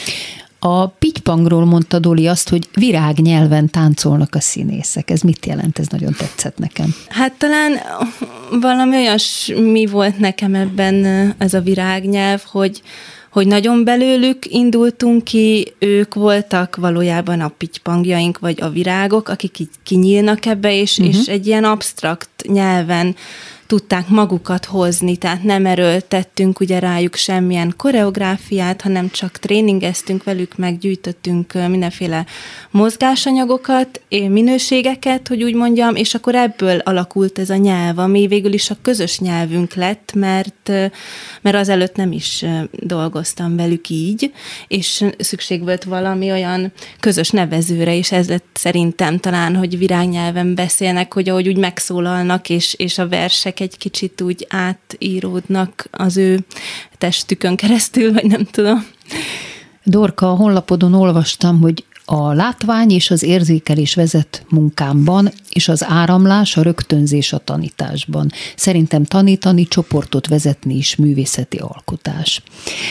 A Pitypangról mondta Doli azt, hogy virágnyelven táncolnak a színészek. Ez mit jelent? Ez nagyon tetszett nekem. Hát talán valami olyasmi volt nekem ebben ez a virágnyelv, hogy, hogy nagyon belőlük indultunk ki, ők voltak valójában a pitypangjaink, vagy a virágok, akik így kinyílnak ebbe, és, uh-huh. és egy ilyen absztrakt nyelven tudták magukat hozni, tehát nem erőltettünk ugye rájuk semmilyen koreográfiát, hanem csak tréningeztünk velük, meggyűjtöttünk mindenféle mozgásanyagokat, minőségeket, hogy úgy mondjam, és akkor ebből alakult ez a nyelv, ami végül is a közös nyelvünk lett, mert, mert azelőtt nem is dolgoztam velük így, és szükség volt valami olyan közös nevezőre, és ez lett szerintem talán, hogy virágnyelven beszélnek, hogy ahogy úgy megszólalnak, és, és a versek egy kicsit úgy átíródnak az ő testükön keresztül, vagy nem tudom. Dorka, a honlapodon olvastam, hogy a látvány és az érzékelés vezet munkámban, és az áramlás, a rögtönzés a tanításban. Szerintem tanítani, csoportot vezetni is művészeti alkotás.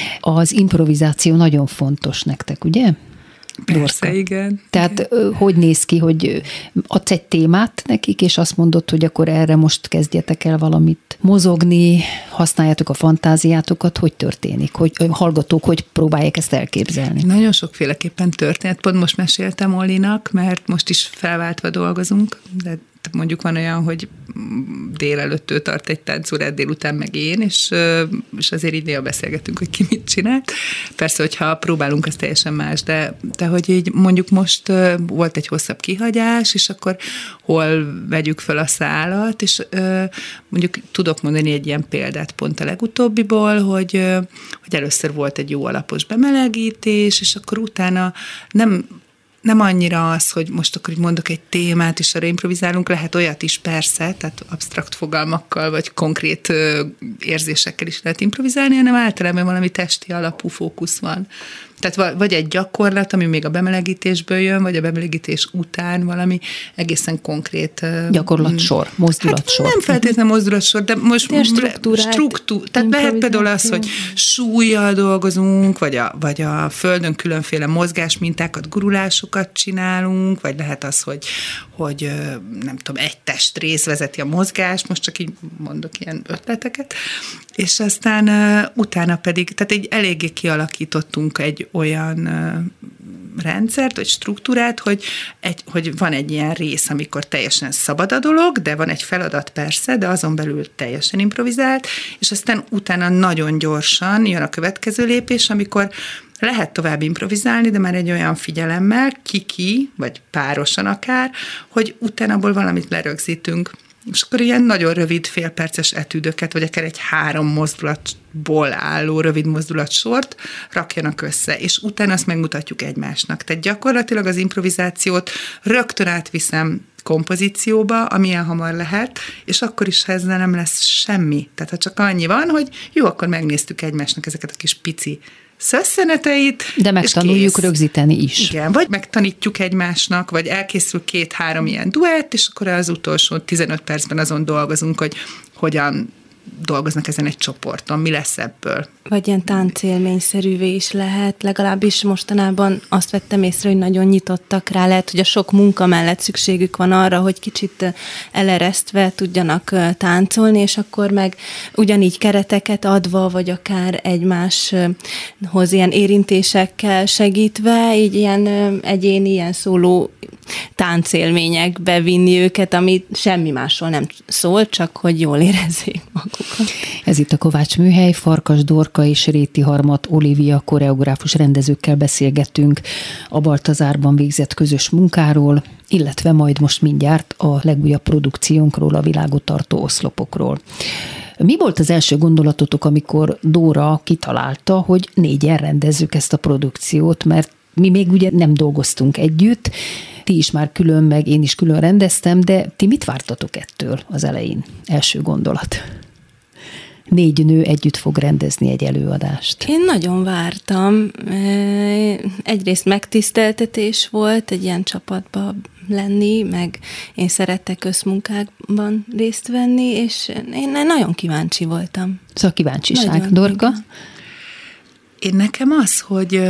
Az improvizáció nagyon fontos nektek, ugye? Persze, Dorka. Igen. Tehát igen. Hogy néz ki, hogy adsz egy témát nekik, és azt mondod, hogy akkor erre most kezdjetek el valamit mozogni, használjátok a fantáziátokat, hogy történik, hogy hallgatók, hogy próbálják ezt elképzelni. Nagyon sokféleképpen történt. Pont most meséltem Ollinak, mert most is felváltva dolgozunk, de mondjuk van olyan, hogy délelőtt ő tart egy táncórát, délután meg én, és, és azért így néha beszélgetünk, hogy ki mit csinál. Persze, hogyha próbálunk, az teljesen más, de, de hogy így mondjuk most volt egy hosszabb kihagyás, és akkor hol vegyük fel a szálat, és mondjuk tudok mondani egy ilyen példát pont a legutóbbiból, hogy, hogy először volt egy jó alapos bemelegítés, és akkor utána nem Nem annyira az, hogy most akkor így mondok egy témát, és arra improvizálunk, lehet olyat is persze, tehát absztrakt fogalmakkal, vagy konkrét ö, érzésekkel is lehet improvizálni, hanem általában valami testi alapú fókusz van. Tehát vagy egy gyakorlat, ami még a bemelegítésből jön, vagy a bemelegítés után valami egészen konkrét... Gyakorlatsor, mozdulatsor. Hát nem feltétlenül mozdulatsor, de most struktúrát. Tehát lehet például az, hogy súllyal dolgozunk, vagy a, vagy a földön különféle mozgásmintákat, gurulásokat csinálunk, vagy lehet az, hogy, hogy nem tudom, egy testrész vezeti a mozgást, most csak így mondok ilyen ötleteket, és aztán utána pedig, tehát egy eléggé kialakítottunk egy olyan rendszert, vagy struktúrát, hogy, egy, hogy van egy ilyen rész, amikor teljesen szabad a dolog, de van egy feladat persze, de azon belül teljesen improvizált, és aztán utána nagyon gyorsan jön a következő lépés, amikor lehet tovább improvizálni, de már egy olyan figyelemmel, ki-ki, vagy párosan akár, hogy utána abból valamit lerögzítünk. És akkor ilyen nagyon rövid, félperces etűdöket, vagy akár egy három mozdulatból álló rövid mozdulatsort rakjanak össze, és utána azt megmutatjuk egymásnak. Tehát gyakorlatilag az improvizációt rögtön átviszem kompozícióba, amilyen hamar lehet, és akkor is, ha ezzel nem lesz semmi. Tehát ha csak annyi van, hogy jó, akkor megnéztük egymásnak ezeket a kis pici szösszeneteit. De megtanuljuk rögzíteni is. Igen, vagy megtanítjuk egymásnak, vagy elkészül két-három ilyen duett, és akkor az utolsó tizenöt percben azon dolgozunk, hogy hogyan dolgoznak ezen egy csoporton, mi lesz ebből. Vagy ilyen táncélményszerűvé is lehet, legalábbis mostanában azt vettem észre, hogy nagyon nyitottak rá, lehet, hogy a sok munka mellett szükségük van arra, hogy kicsit eleresztve tudjanak táncolni, és akkor meg ugyanígy kereteket adva, vagy akár egymáshoz ilyen érintésekkel segítve, így ilyen egyéni, ilyen szóló táncélményekbe vinni őket, ami semmi másról nem szól, csak hogy jól érezzék magukat. Ez itt a Kovács Műhely, Farkas Dorka és Réti Harmat Olivia koreográfus rendezőkkel beszélgettünk a Baltazárban végzett közös munkáról, illetve majd most mindjárt a legújabb produkciónkról, a világot tartó oszlopokról. Mi volt az első gondolatotok, amikor Dóra kitalálta, hogy négyen rendezzük ezt a produkciót, mert mi még ugye nem dolgoztunk együtt, ti is már külön, meg én is külön rendeztem, de ti mit vártatok ettől az elején? Első gondolat. Négy nő együtt fog rendezni egy előadást. Én nagyon vártam. Egyrészt megtiszteltetés volt egy ilyen csapatban lenni, meg én szerettek közmunkákban részt venni, és én nagyon kíváncsi voltam. Szóval kíváncsiság, nagyon, Dorka? Igen. Én nekem az, hogy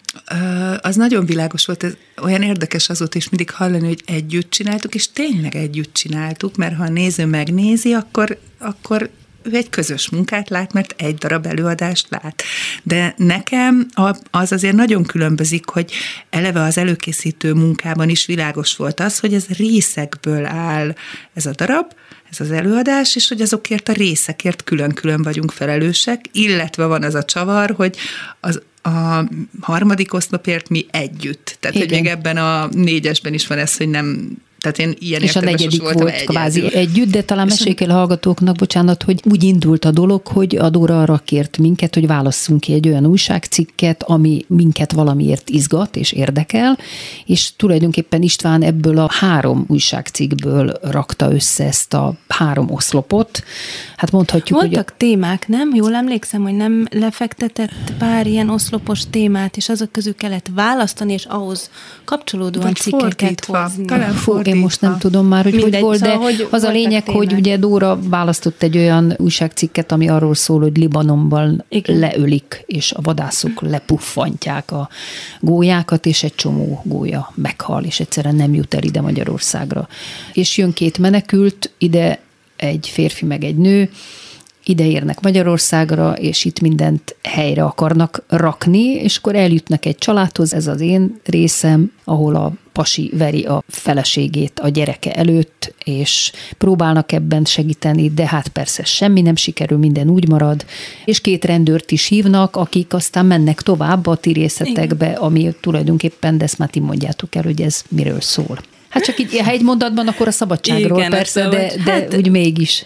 az nagyon világos volt, ez olyan érdekes azóta is mindig hallani, hogy együtt csináltuk, és tényleg együtt csináltuk, mert ha a néző megnézi, akkor, akkor ő egy közös munkát lát, mert egy darab előadást lát. De nekem az azért nagyon különbözik, hogy eleve az előkészítő munkában is világos volt az, hogy ez részekből áll ez a darab, ez az előadás, és hogy azokért a részekért külön-külön vagyunk felelősek, illetve van az a csavar, hogy az a harmadik oszlopért mi együtt. Tehát, igen, hogy még ebben a négyesben is van ez, hogy nem... Tehát én ilyen és a negyedik volt egyedül. Kvázi együtt, de talán meséljük el a hallgatóknak, bocsánat, hogy úgy indult a dolog, hogy a Dóra arra kért minket, hogy válasszunk ki egy olyan újságcikket, ami minket valamiért izgat és érdekel, és tulajdonképpen István ebből a három újságcikkből rakta össze ezt a három oszlopot. Hát mondhatjuk, voltak hogy... témák, nem? Jól emlékszem, hogy nem lefektetett pár ilyen oszlopos témát, és azok közül kellett választani, és ahhoz kapcsolódóan vagy cikkeket hozni. Talán Fú, én most nem tudom már, hogy Mindegy, hogy volt, szóval, de hogy az a lényeg, témák. Hogy ugye Dóra választott egy olyan újságcikket, ami arról szól, hogy Libanonban igen, leölik, és a vadászok lepuffantják a gólyákat, és egy csomó gólya meghal, és egyszerűen nem jut el ide Magyarországra. És jön két menekült, ide egy férfi meg egy nő, ide érnek Magyarországra, és itt mindent helyre akarnak rakni, és akkor eljutnak egy családhoz, ez az én részem, ahol a pasi veri a feleségét a gyereke előtt, és próbálnak ebben segíteni, de hát persze semmi nem sikerül, minden úgy marad, és két rendőrt is hívnak, akik aztán mennek tovább a ti részletekbe, ami tulajdonképpen, de ezt már ti mondjátok el, hogy ez miről szól. Hát csak így, ha egy mondatban, akkor a szabadságról igen, persze, a de, de hát, úgy mégis.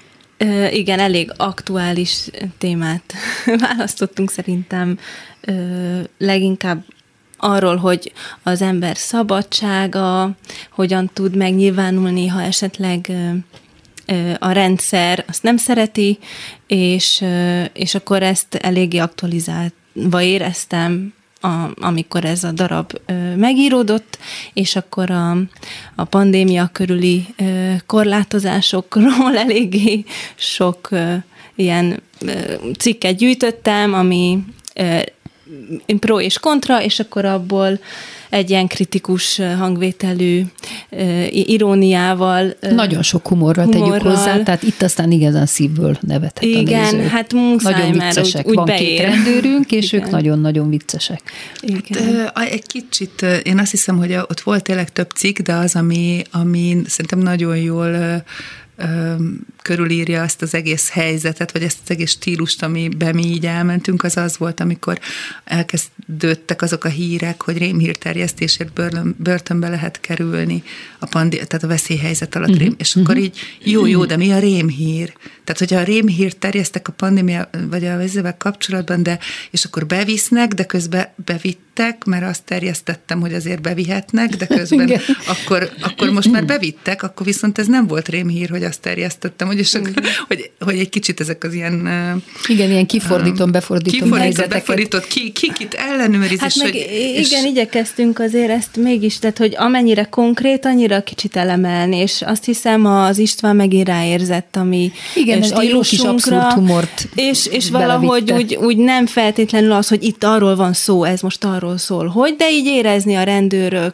Igen, elég aktuális témát választottunk szerintem, leginkább arról, hogy az ember szabadsága hogyan tud megnyilvánulni, ha esetleg a rendszer azt nem szereti, és, és akkor ezt eléggé aktualizálva éreztem, A, amikor ez a darab ö, megíródott, és akkor a, a pandémia körüli ö, korlátozásokról eléggé sok ö, ilyen ö, cikket gyűjtöttem, ami ö, pro és kontra, és akkor abból egy ilyen kritikus hangvételű uh, iróniával. Uh, Nagyon sok humorral, humorral tegyük hozzá, tehát itt aztán igazán szívből nevetett igen, a néző. Hát muszáj, nagyon viccesek. Úgy, úgy van beér. Két rendőrünk, és igen, ők nagyon-nagyon viccesek. Hát, egy kicsit, én azt hiszem, hogy ott volt tényleg több cikk, de az, ami, ami szerintem nagyon jól körülírja azt az egész helyzetet, vagy ezt az egész stílust, amiben mi így elmentünk, az az volt, amikor elkezdődtek azok a hírek, hogy rémhírterjesztésért börtönbe lehet kerülni a pandi, tehát a veszélyhelyzet alatt uh-huh. rém, és uh-huh. akkor így jó, jó, de mi a rémhír? Tehát, hogyha a rémhírt terjesztek a pandémia, vagy a veszélyvel kapcsolatban, de, és akkor bevisznek, de közben bevittek, mert azt terjesztettem, hogy azért bevihetnek, de közben akkor, akkor most már bevittek, akkor viszont ez nem volt rémhír, hogy azt terjesztettem, hogy, és akkor, hogy, hogy egy kicsit ezek az ilyen... Igen, ilyen kifordítom, befordítom kifordított, helyzeteket. Befordított, ki, ki kit ellenőriz. Hát és meg hogy, igen, és... igyekeztünk azért ezt mégis, tehát hogy amennyire konkrét, annyira kicsit elemelni, és azt hiszem az István megint ráérzett a mi igen, a jó kis abszurd humort és, és valahogy úgy, úgy nem feltétlenül az, hogy itt arról van szó, ez most arról szól, hogy, de így érezni a rendőrök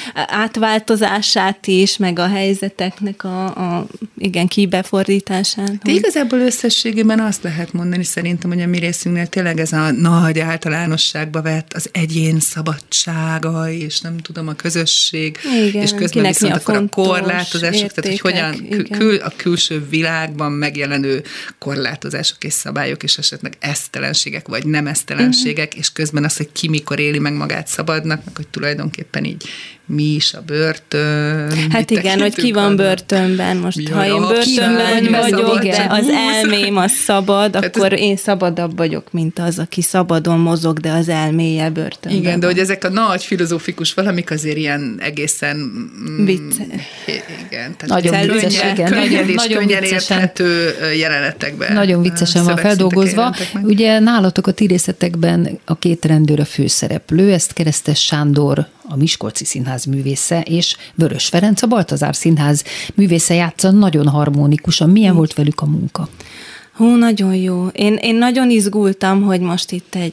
átváltozását is, meg a helyzeteknek a, a igen, kibefordítását. De igazából összességében azt lehet mondani szerintem, hogy a mi részünknél tényleg ez a nagy általánosságba vett az egyén szabadsága, és nem tudom, a közösség, igen, és közben viszont a akkor a korlátozások, értékek, tehát hogy hogyan kül, a külső világban megjelenő korlátozások és szabályok, és esetleg esztelenségek, vagy nem esztelenségek, uh-huh. és közben az, hogy ki mikor éli meg magát szabadnak, meg hogy tulajdonképpen így mi is a börtön. Hát igen, hogy ki van annak, börtönben. Most ha én börtönben vagyok, de az elmém az szabad, hát akkor ez... én szabadabb vagyok, mint az, aki szabadon mozog, de az elméje börtönben. Igen, de hogy ezek a nagy filozófikus valamik azért ilyen egészen... Vicces. Igen. Nagyon vicces, igen. Könnyen nagyon, és nagyon könnyen viccesen, érthető jelenetekben. Nagyon viccesen van feldolgozva. Ugye nálatok a tidészetekben a két rendőr a főszereplő, ezt Keresztes Sándor, a Miskolci Színház művésze, és Vörös Ferenc, a Baltazár Színház művésze játsza nagyon harmonikusan. Milyen volt velük a munka? Hú, nagyon jó. Én, én nagyon izgultam, hogy most itt egy,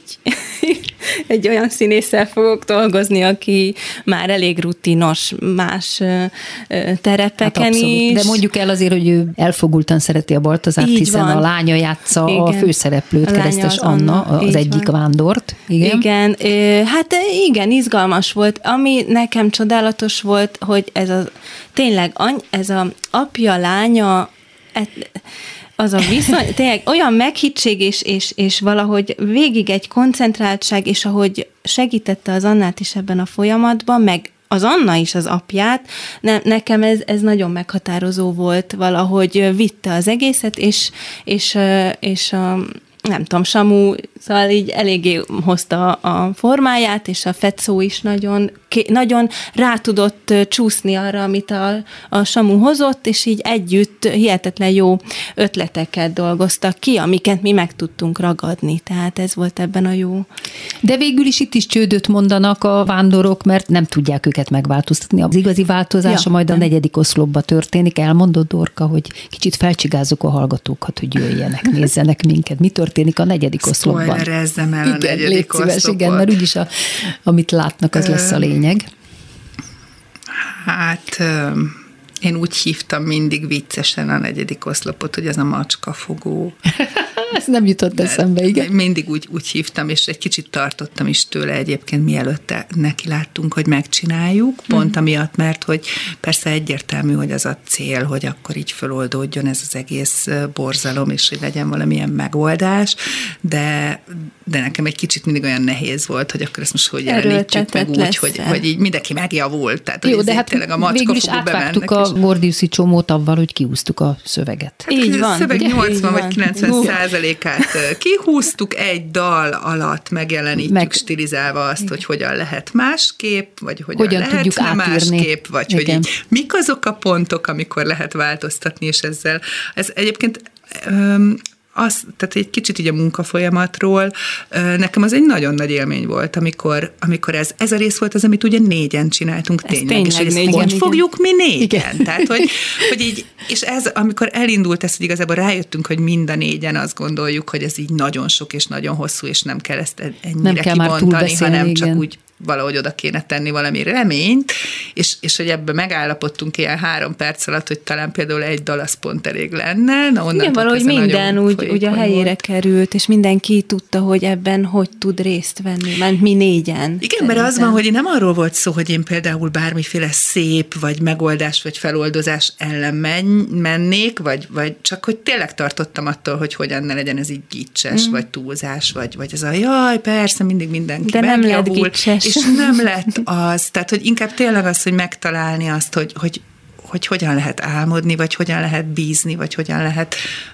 egy olyan színésszel fogok dolgozni, aki már elég rutinos más terepeken hát is. De mondjuk el azért, hogy ő elfogultan szereti a Baltazárt, így hiszen van. A lánya játsza igen. a főszereplőt, a Keresztes Anna, Anna, az egyik van. Vándort. Igen. igen, hát igen, izgalmas volt. Ami nekem csodálatos volt, hogy ez a tényleg ez a apja, lánya, az a viszony, tényleg olyan meghittség, és, és, és valahogy végig egy koncentráltság, és ahogy segítette az Annát is ebben a folyamatban, meg az Anna is az apját, ne, nekem ez, ez nagyon meghatározó volt, valahogy vitte az egészet, és, és, és a nem tudom, Samu, szóval így eléggé hozta a formáját, és a Fecó is nagyon, nagyon rá tudott csúszni arra, amit a, a Samu hozott, és így együtt hihetetlen jó ötleteket dolgoztak ki, amiket mi meg tudtunk ragadni, tehát ez volt ebben a jó. De végül is itt is csődöt mondanak a vándorok, mert nem tudják őket megváltoztatni. Az igazi változása ja, majd nem. a negyedik oszlopba történik. Elmondod, Dorka, hogy kicsit felcsigázzuk a hallgatókat, hogy jöjjenek, nézzenek minket. Mi történik a negyedik oszlopban? Spoilerezzem el igen, a negyedik oszlopot. Igen, mert úgyis a, amit látnak, az lesz a lényeg. Hát... Én úgy hívtam mindig viccesen a negyedik oszlopot, hogy ez a macskafogó. Ez nem jutott eszembe, igen. Mindig úgy, úgy hívtam, és egy kicsit tartottam is tőle egyébként, mielőtt neki láttunk, hogy megcsináljuk, pont hmm. amiatt, mert hogy persze egyértelmű, hogy az a cél, hogy akkor így föloldódjon ez az egész borzalom, és hogy legyen valamilyen megoldás, de, de nekem egy kicsit mindig olyan nehéz volt, hogy akkor ezt most hogy jelenítjük meg úgy, hogy, hogy így mindenki megjavult. Tehát, jó, de hát tényleg a végül is átvágtuk a Gordiuszi csomót avval, hogy kiúztuk a szöveget. Hát így van. A szöveg nyolcvan vagy kilencven százalékát kihúztuk egy dal alatt, megjelenítjük meg, stilizálva azt, igen. hogy hogyan lehet másképp, vagy hogyan, hogyan lehetne másképp, vagy igen. hogy így, mik azok a pontok, amikor lehet változtatni, és ezzel, ez egyébként... Öm, Az, tehát egy kicsit így a munkafolyamatról, nekem az egy nagyon nagy élmény volt, amikor, amikor ez, ez a rész volt az, amit ugye négyen csináltunk tényleg, tényleg, és hogy ezt hogy fogjuk mi négyen? Igen. Tehát, hogy, hogy így, és ez, amikor elindult ez, hogy igazából rájöttünk, hogy mind a négyen azt gondoljuk, hogy ez így nagyon sok és nagyon hosszú, és nem kell ezt ennyire nem kell kibontani, hanem igen. csak úgy valahogy oda kéne tenni valami reményt, és, és hogy ebben megállapodtunk ilyen három perc alatt, hogy talán például egy dal az pont elég lenne. Na, igen, valahogy minden úgy, úgy a helyére volt. Került, és mindenki tudta, hogy ebben hogy tud részt venni, mert mi négyen. Igen, szerintem. Mert az van, hogy nem arról volt szó, hogy én például bármiféle szép, vagy megoldás, vagy feloldozás ellen men- mennék, vagy, vagy csak, hogy tényleg tartottam attól, hogy hogyan ne legyen ez így gicses, mm. vagy túlzás, vagy, vagy ez a jaj, persze, mindig mindenki de nem lett gicses. És nem lett az. Tehát, hogy inkább tényleg az, hogy megtalálni azt, hogy, hogy, hogy hogyan lehet álmodni, vagy hogyan lehet bízni, vagy hogyan lehet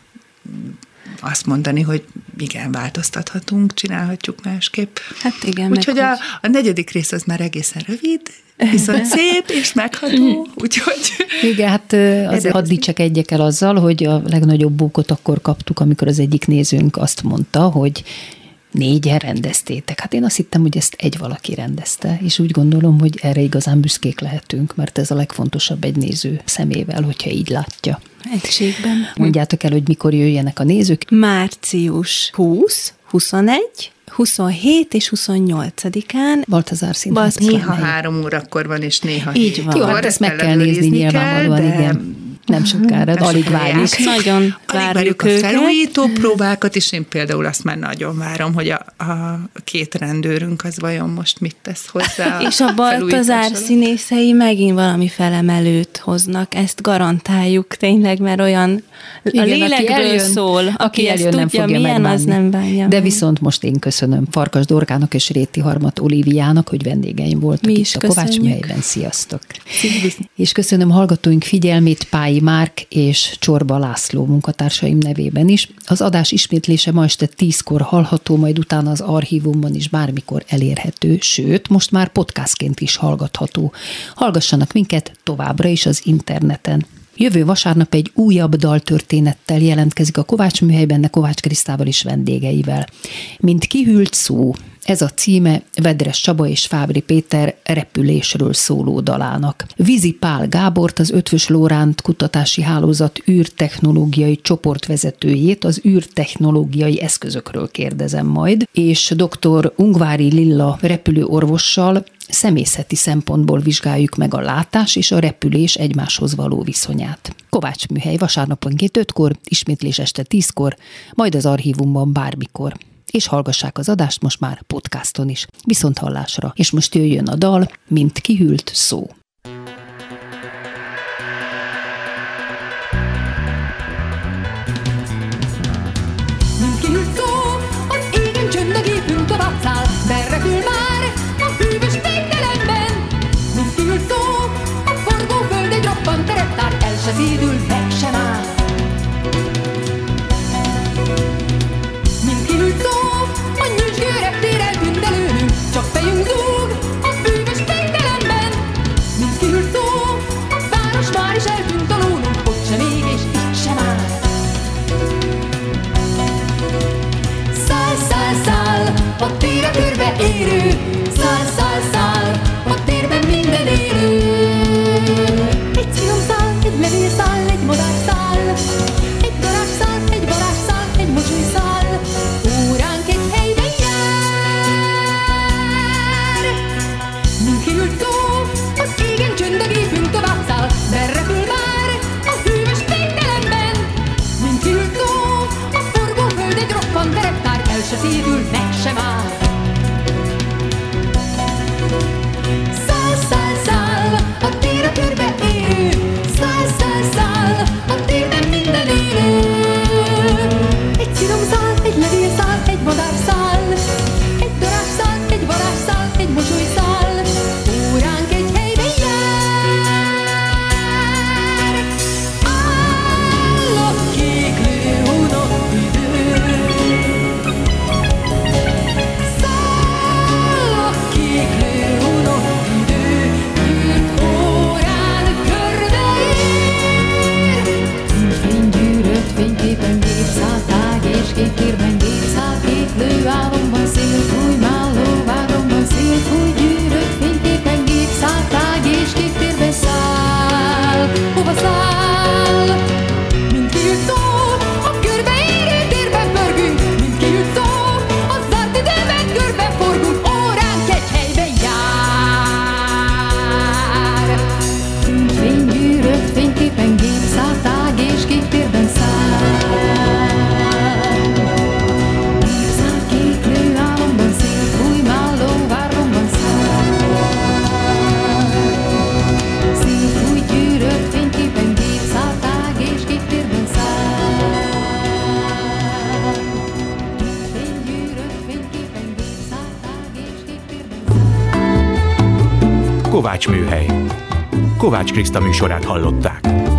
azt mondani, hogy igen, változtathatunk, csinálhatjuk másképp. Hát igen. Úgyhogy a, a negyedik rész az már egészen rövid, viszont szép és megható, úgyhogy... Igen, hát azért hadd dicsekedjek el azzal, hogy a legnagyobb bókot akkor kaptuk, amikor az egyik nézőnk azt mondta, hogy négyen rendeztétek. Hát én azt hittem, hogy ezt egy valaki rendezte, és úgy gondolom, hogy erre igazán büszkék lehetünk, mert ez a legfontosabb egy néző szemével, hogyha így látja. Egységben. Mondjátok el, hogy mikor jöjjenek a nézők. március huszadika, huszonegyedike, huszonhetedike és huszonnyolcadikán. Baltazár Színház. Néha három órakor van, és néha így hét. van. Jó, hát ezt meg kell nézni nyilvánvalóan, de... igen. Nem sokára, de alig várjuk. Nagyon várjuk a felújító próbákat, és én például azt már nagyon várom, hogy a, a két rendőrünk az vajon most mit tesz hozzá. És a Baltazár színészei megint valami felemelőt hoznak, ezt garantáljuk tényleg, mert olyan igen, a lélekből aki eljön, szól, aki, aki eljön, ezt nem tudja, fogja milyen, megbánni. Az nem bánja. De viszont most én köszönöm Farkas Dorkának és Réti Harmat Olíviának, hogy vendégeim voltak mi itt a Kovács műhelyben. Sziasztok! Szia. És köszönöm hallgatóink figyelmét, Pályi Márk és Csorba László munkatársaim nevében is. Az adás ismétlése ma este tízkor hallható, majd utána az archívumban is bármikor elérhető, sőt, most már podcastként is hallgatható. Hallgassanak minket továbbra is az interneten. Jövő vasárnap egy újabb daltörténettel jelentkezik a Kovács műhelyben, de Kovács Krisztával is vendégeivel. Mint kihűlt szó, ez a címe Vedres Csaba és Fábri Péter repülésről szóló dalának. Vizi Pál Gábort, az Eötvös Loránd Kutatási Hálózat űrtechnológiai csoportvezetőjét az űrtechnológiai eszközökről kérdezem majd, és dr. Ungvári Lilla repülőorvossal személyzeti szempontból vizsgáljuk meg a látás és a repülés egymáshoz való viszonyát. Kovács műhely vasárnaponként ötkor, ismétlés este tízkor, majd az archívumban bármikor. És hallgassák az adást most már podcaston is. Viszont hallásra. És most jöjjön a dal, Mint kihűlt szó. Mint kihűlt szó, az égen csönd a gépünk tovább száll, berrepül már a hűvös végtelenben. Mint kihűlt szó, a forgó föld egy roppant tereptár, el se szédül, meg sem áll. Mint kihűlt szó, a nyüzsgő reptér eltűnt előnünk, csak fejünk zúg a hűvös végtelenben. Mint kihűlt szó, a város már is eltűnt alólunk, ott sem ég és itt sem áll. Száll, száll, száll, a tér a körbe érő, száll, száll, száll, a térben minden élő. Egy szál, egy levélszál, egy madárszál, egy darázszál, egy varázsszál, egy mosolyszál, óránk egy helyben jár. Mint kihűlt szó, az égen csönd a gépünk tovább száll, berrepül már a hűvös végtelenben. Mint kihűlt szó, a forgó föld egy roppant tereptár, el se szédül, meg sem áll. Száll, száll, száll, a tér a körbe érő, száll, száll, száll, a térben minden élő. Egy sziromszál, egy levélszál, egy madárszál, egy darázszál, egy varázsszál, egy mosolyszál, óránk egy helyben jár. Áll a kéklő hónap idő, Kovács Műhely. Kovács Kriszta műsorát hallották.